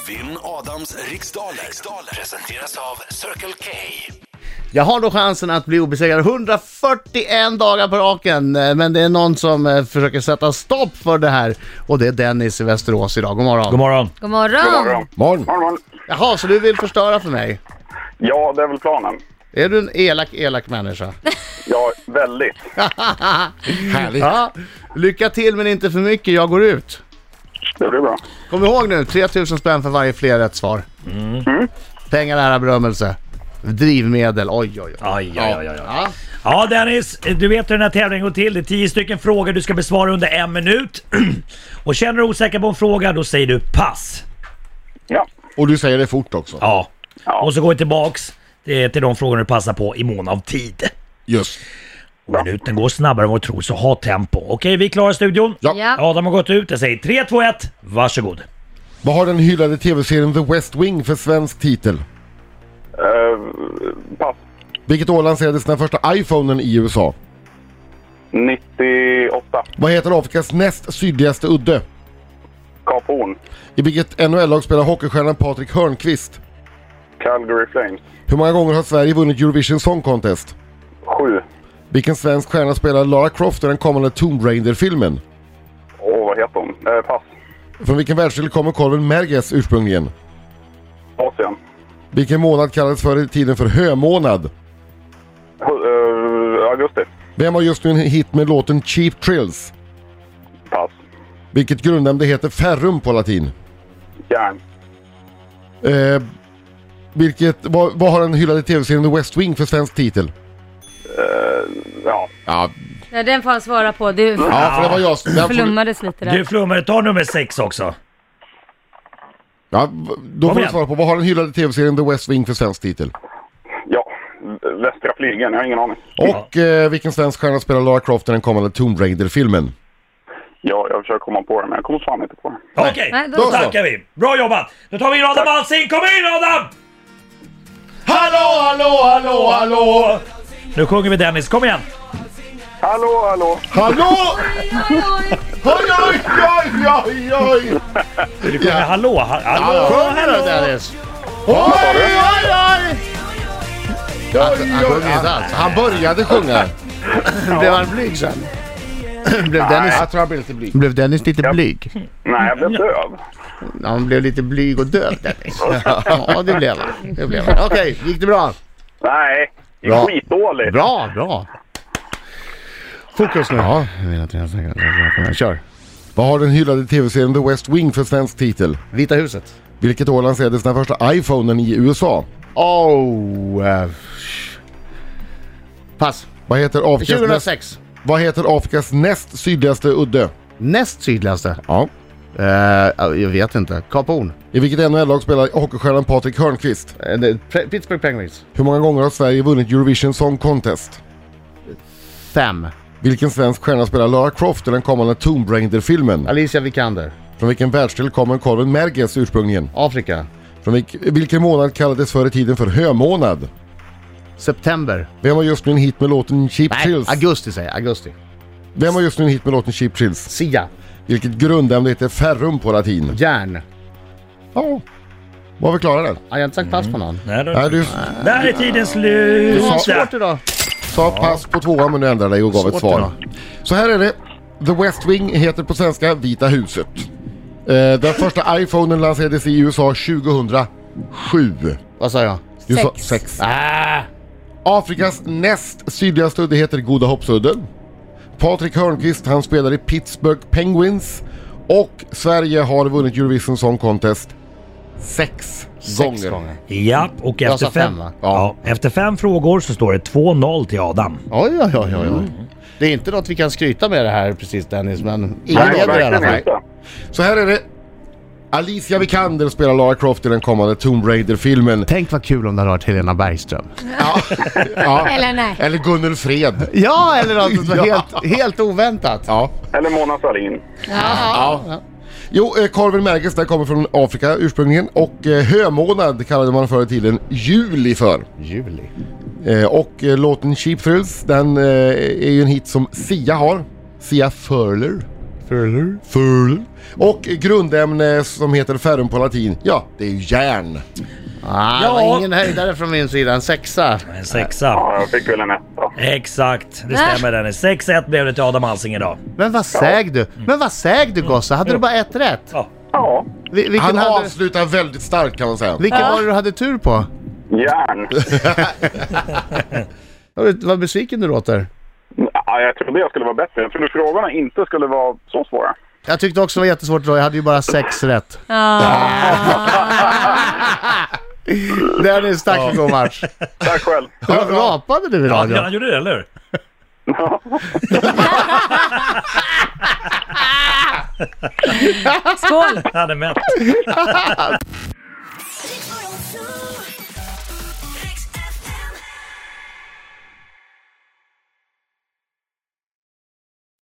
Vinn Adams riksdaler presenteras av Circle K. Jag har då chansen att bli obesegrad 141 dagar på raken, men det är någon som försöker sätta stopp för det här, och det är Dennis i Västerås idag. God morgon. God morgon. God morgon. Morgon. Jaha, så du vill förstöra för mig? Ja, det är väl planen. Är du en elak människa? Ja, väldigt. Härligt. Ja, lycka till, men inte för mycket. Jag går ut. Det blir bra. Kom ihåg nu, 3000 spänn för varje fler rätt svar. Pengar, ära, berömmelse. Drivmedel, oj. Ja, Dennis, du vet hur den här tävlingen går till. Det är 10 stycken frågor du ska besvara under 1 minut. Och känner du osäker på en fråga, då säger du pass. Ja. Och du säger det fort också. Ja. Och så går vi tillbaks till de frågor du passar på i mån av tid. Just. Minuten går snabbare än vad du tror, så ha tempo. Okej, vi är klara i studion. Ja. Adam har gått ut. Jag säger 3, 2, 1. Varsågod. Vad har den hyllade tv-serien The West Wing för svensk titel? Pass. Vilket år lanserades den första iPhonen i USA? 98. Vad heter Afrikas näst sydligaste udde? Kap Horn. I vilket NHL-lag spelar hockeystjärnan Patrik Hörnqvist? Calgary Flames. Hur många gånger har Sverige vunnit Eurovision Song Contest? 7. Vilken svensk stjärna spelar Lara Croft i den kommande Tomb Raider-filmen? Vad heter hon? Pass. Från vilken världsdel kommer korven Merges ursprungligen? Asien. Vilken månad kallades förr i tiden för hömånad? Augusti. Vem har just nu en hit med låten Cheap Thrills? Pass. Vilket grundämne heter ferrum på latin? Järn. Vad har den hyllade tv-serien The West Wing för svensk titel? Ja. Ja, den får han svara på. Du Ja, för det var jag. flummades lite där. Du flummade, ta nummer 6 också. Ja, då får du igen. svara på. Vad har den hyllade tv-serien The West Wing för svensk titel? Ja. Västra flygen, jag har ingen aning. Och vilken svensk stjärna spelar Lara Croft i den kommande Tomb Raider-filmen? Ja, jag försöker komma på det, men jag kommer fan inte på det. Okej, Nej, då då så. tackar vi. Bra jobbat. Då tar vi in Adam Alsing. Kom in, Adam! Hallå! Nu sjunger vi Dennis. Kom igen. Hallå! Hallå! Oj! Du sjunger hallå. Sjung då, Dennis. Oj! Han sjunger inte alls. Han började sjunga. Blev han blyg sen? Jag tror han blev lite blyg. Blev Dennis lite blyg? Nej, jag blev döv. Han blev lite blyg och döv, Dennis. Ja, det blev han. Okej, gick det bra? Nej, det är Bra. skitdåligt. Bra. Fokus nu. Ja, jag vill att jag säkert. Kör. Vad har den hyllade tv-serien The West Wing för svensk titel? Vita huset. Vilket år lanserades den första iPhonen i USA? Pass. Vad heter Afrikas näst sydligaste udde? Näst sydligaste? Ja. Jag vet inte. Kap Horn. I vilket NHL-lag spelar hockeystjärnan Patrik Hörnqvist? Pittsburgh Penguins. Hur många gånger har Sverige vunnit Eurovision Song Contest? 5. Vilken svensk stjärna spelar Lara Croft i den kommande Tomb Raider-filmen? Alicia Vikander. Från vilken världsdel kommer korven Merges ursprungligen? Afrika. Från vilken månad kallades förr i tiden för hömånad? September. Vem har just nu en hit med låten Cheap Thrills? Augusti säger jag. Augusti. Vem har just nu en hit med låten Cheap Thrills? Sia. Vilket grundämne heter ferrum på latin? Järn. Ja, var vi klara där? Ja, jag har inte sagt pass på någon. Nej, du Där är tiden Det slut. var svårt idag. sa pass på 2 men du ändrade dig och gav ett Svårt svar. idag. Så här är det. The West Wing heter på svenska Vita huset. Den första iPhonen lanserades i USA 2007. Vad sa jag? Du sa 6. 6. Ah! Afrikas näst sydligaste udde heter Goda Hoppsudden. Patrik Hörnqvist, han spelar i Pittsburgh Penguins. Och Sverige har vunnit Eurovision Song Contest 6 gånger. Ja, och Jag efter sa 5 5, va? efter 5 frågor så står det 2-0 till Adam. Oj. Det är inte något vi kan skryta med det här precis, Dennis, men Nej, ingen leder i alla verkligen fall. inte. Så här är det. Alicia Vikander spelar Lara Croft i den kommande Tomb Raider-filmen. Tänk vad kul om det hade varit Helena Bergström. Ja. Eller nej. Eller Gunnel Fred. Ja, eller något som var helt oväntat. Ja. Eller Mona Sahlin. Ja. Jo, korven Merges, den kommer från Afrika ursprungligen. Och hömånad kallade man förr i tiden juli för. Juli. Och låten Cheap Thrills, den är ju en hit som Sia har. Sia Furler. Full. Och grundämne som heter ferrum på latin. Ja, det är ju järn. Det var ingen höjdare från min sida, en 6. En 6. Ja, jag fick väl en 1 då. Exakt, det stämmer Dennis. 6-1 blev det till Adam Alsing idag. Men vad säg du Gosse? Hade du bara 1 rätt? Ja. Ja, Han avslutar väldigt starkt kan man säga. Vilken var det du hade tur på? järn. Vad besviken du låter. Ja, jag trodde jag skulle vara bättre. Jag trodde frågorna inte skulle vara så svåra. Jag tyckte också det var jättesvårt då. Jag hade ju bara 6 rätt. Dennis, tack för god match. Tack själv. Rapade du i Ja, radio? han gjorde det, eller hur? Skål! Han är mätt.